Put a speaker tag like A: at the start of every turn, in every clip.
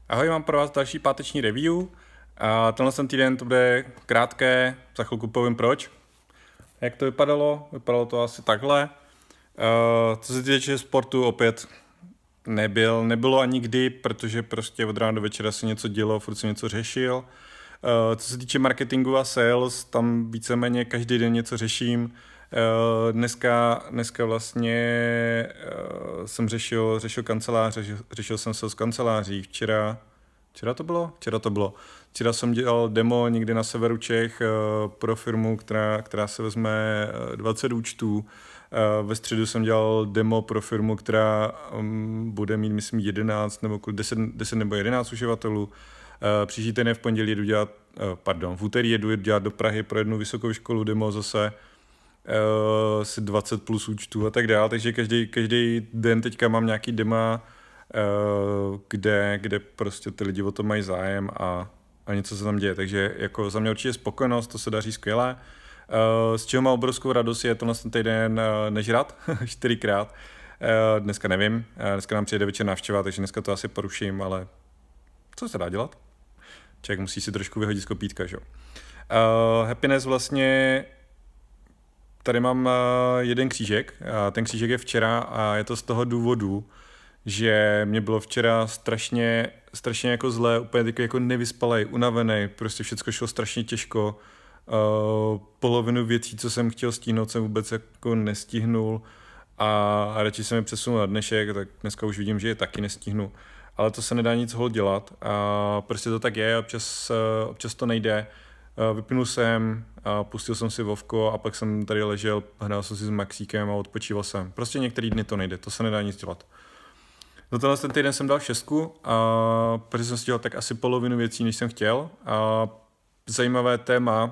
A: Ahoj, mám pro vás další páteční review. A tenhle týden to bude krátké, za chvilku povím proč. Jak to vypadalo? Vypadalo to asi takhle. Co se týče sportu, opět nebylo ani kdy, protože prostě od rána do večera se něco dělo, furt jsem něco řešil. Co se týče marketingu a sales, tam víceméně každý den něco řeším. Dneska vlastně jsem řešil kancelář, řešil jsem sales kanceláří. Včera to bylo? Včera jsem dělal demo někde na severu Čech pro firmu, která se vezme 20 účtů. Ve středu jsem dělal demo pro firmu, která bude mít, myslím, 10 nebo 11 uživatelů. Příští týden v pondělí v úterý jedu dělat do Prahy pro jednu vysokou školu demo zase si 20 plus účtů a tak dále, takže každý den teďka mám nějaký dema, kde prostě ty lidi o to mají zájem a něco se tam děje, takže jako za mě určitě spokojenost, to se daří skvěle. Z čeho mám obrovskou radost je tenhle týden nežrat 4krát. Dneska nevím, dneska nám přijede večer návštěva, takže dneska to asi poruším, ale co se dá dělat? Člověk musí si trošku vyhodit z kopítka, že jo. Happiness vlastně, tady mám jeden křížek, ten křížek je včera a je to z toho důvodu, že mě bylo včera strašně jako zlé, úplně takový jako nevyspalej, unavený, prostě všechno šlo strašně těžko, polovinu věcí, co jsem chtěl stihnout, jsem vůbec jako nestihnul a radši jsem je přesunul na dnešek, tak dneska už vidím, že je taky nestihnu, ale to se nedá nic hol dělat a prostě to tak je, občas to nejde. Vypnul jsem, pustil jsem si Vovko a pak jsem tady ležel, hrál jsem si s Maxíkem a odpočíval jsem. Prostě některý dny to nejde, to se nedá nic dělat. Za tenhle ten týden jsem dal 6, protože jsem si dělal tak asi polovinu věcí, než jsem chtěl. Zajímavé téma,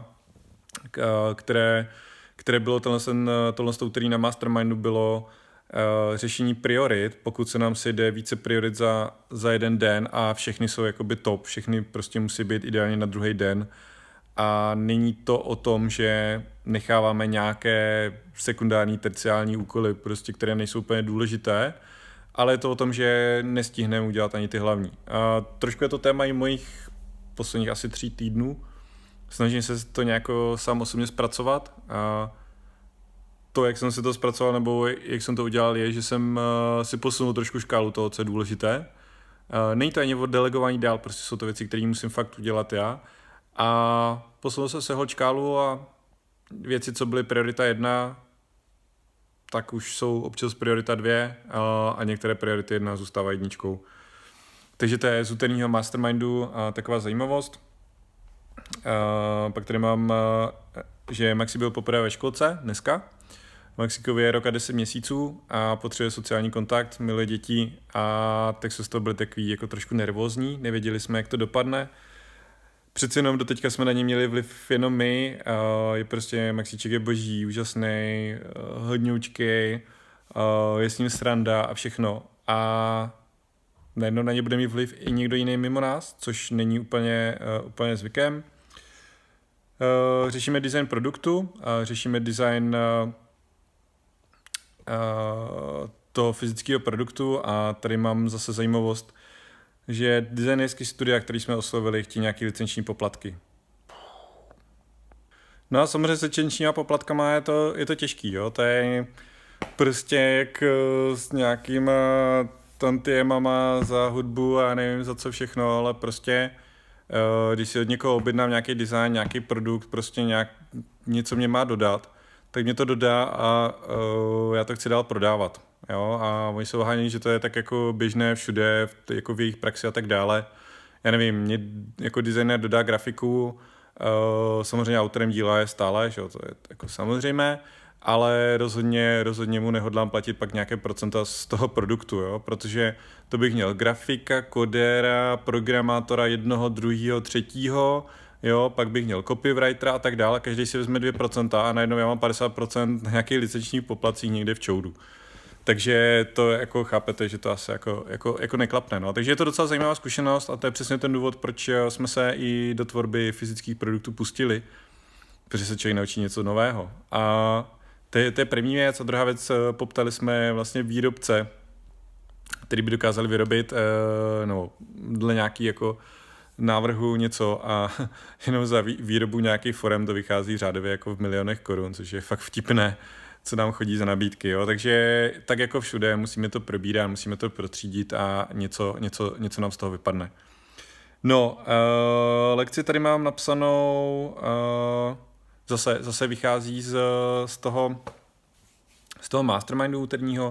A: které bylo tohle úterý na Mastermindu, bylo řešení priorit, pokud se nám sejde více priorit za jeden den a všechny jsou jakoby top, všechny prostě musí být ideálně na druhý den. A není to o tom, že necháváme nějaké sekundární, terciální úkoly, prostě, které nejsou úplně důležité, ale je to o tom, že nestihneme udělat ani ty hlavní. A trošku je to téma i mojich posledních asi 3 týdnů. Snažím se to nějak sám osobně zpracovat. A to, jak jsem si to zpracoval, nebo jak jsem to udělal, je, že jsem si posunul trošku škálu toho, co je důležité. Není to ani o delegování dál, prostě jsou to věci, které musím fakt udělat já. A posunul jsem se škálu a věci, co byly priorita 1, tak už jsou občas priorita 2 a některé priority 1 zůstávají 1. Takže to je z úterního Mastermindu taková zajímavost. Pak tady mám, že Maxi byl poprvé ve školce dneska. Maxikovi je rok a 10 měsíců a potřebuje sociální kontakt, miluje děti a tak se z toho byli takový jako trošku nervózní, nevěděli jsme, jak to dopadne. Přeci jenom doteďka jsme na ně měli vliv jenom my, je prostě Maxíček je boží, úžasný, hodňoučký, je s ním sranda a všechno. A najednou na ně bude mít vliv i někdo jiný mimo nás, což není úplně zvykem. Řešíme design produktu, řešíme design toho fyzického produktu a tady mám zase zajímavost, že designerský studia, který jsme oslovili, chtějí nějaké licenční poplatky. No a samozřejmě se licenčníma poplatkama je to těžký, jo? To je prostě jak s nějakýma tantiemama za hudbu a nevím za co všechno, ale prostě když si od někoho objednám nějaký design, nějaký produkt, prostě něco mě má dodat, tak mě to dodá a já to chci dál prodávat. Jo? A oni se ohánějí, že to je tak jako běžné všude, jako v jejich praxi a tak dále. Já nevím, mě jako designer dodá grafiku, samozřejmě autorem díla je stále, že jo? To je jako samozřejmé, ale rozhodně mu nehodlám platit pak nějaké procenta z toho produktu, jo? Protože to bych měl grafika, kodéra, programátora jednoho, druhého, třetího, jo, pak bych měl copywritera a tak dále, každý si vezme 2% a najednou já mám 50% na nějakých licenčních poplatcích někde v čoudu. Takže to jako chápete, že to asi jako neklapne. No. Takže je to docela zajímavá zkušenost a to je přesně ten důvod, proč jsme se i do tvorby fyzických produktů pustili, protože se člověk naučí něco nového. A to je první věc a druhá věc, poptali jsme vlastně výrobce který by dokázali vyrobit no, dle nějaký jako návrhu něco a jenom za výrobu nějakých forem to vychází řádově jako v milionech korun, což je fakt vtipné, co nám chodí za nabídky. Jo? Takže tak jako všude musíme to probírat, musíme to protřídit a něco nám z toho vypadne. No, lekci tady mám napsanou, zase vychází z toho mastermindu úterního.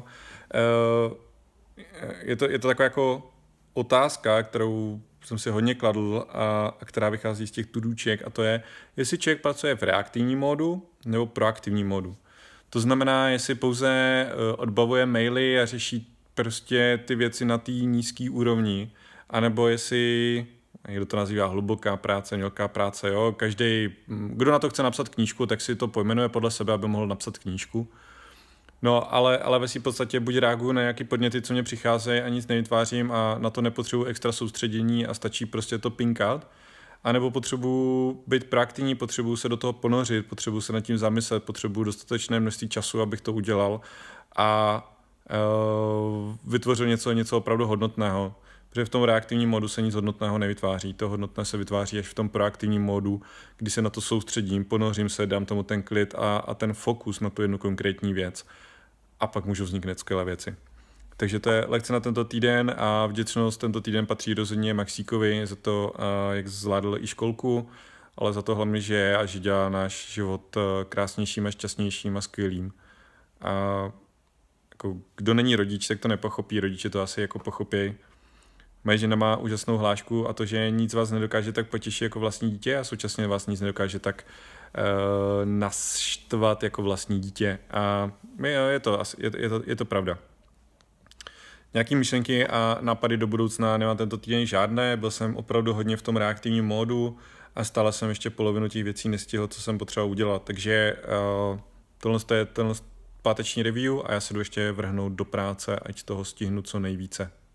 A: Je to taková jako otázka, kterou jsem si hodně kladl a která vychází z těch tudůček, a to je, jestli člověk pracuje v reaktivním módu nebo proaktivním módu. To znamená, jestli pouze odbavuje maily a řeší prostě ty věci na té nízké úrovni, anebo jestli, někdo to nazývá hluboká práce, mělká práce, jo, každý, kdo na to chce napsat knížku, tak si to pojmenuje podle sebe, aby mohl napsat knížku. No, ale ve svým podstatě buď reaguju na nějaké podněty, co mě přicházejí a nic nevytvářím a na to nepotřebuji extra soustředění a stačí prostě to pinkat, anebo potřebuji být proaktivní, potřebuji se do toho ponořit, potřebuji se nad tím zamyslet, potřebuji dostatečné množství času, abych to udělal a vytvořil něco opravdu hodnotného. Protože v tom reaktivním módu se nic hodnotného nevytváří. To hodnotné se vytváří až v tom proaktivním módu, kdy se na to soustředím, ponořím se, dám tomu ten klid a ten fokus na tu jednu konkrétní věc. A pak můžou vzniknout skvělé věci. Takže to je lekce na tento týden a vděčnost tento týden patří rozhodně Maxíkovi za to, jak zvládl i školku, ale za to hlavně, že je a že dělá náš život krásnějším a šťastnějším a skvělým. A jako, kdo není rodič, tak to nepochopí, rodiče to asi jako pochopí. Moje žena má úžasnou hlášku a to, že nic vás nedokáže tak potěšit jako vlastní dítě a současně vás nic nedokáže tak naštvat jako vlastní dítě. A je to pravda. Nějaké myšlenky a nápady do budoucna nemám tento týden žádné, byl jsem opravdu hodně v tom reaktivním módu a stále jsem ještě polovinu těch věcí nestihl, co jsem potřeboval udělat. Takže tohle je páteční review a já se jdu ještě vrhnout do práce, ať toho stihnu co nejvíce.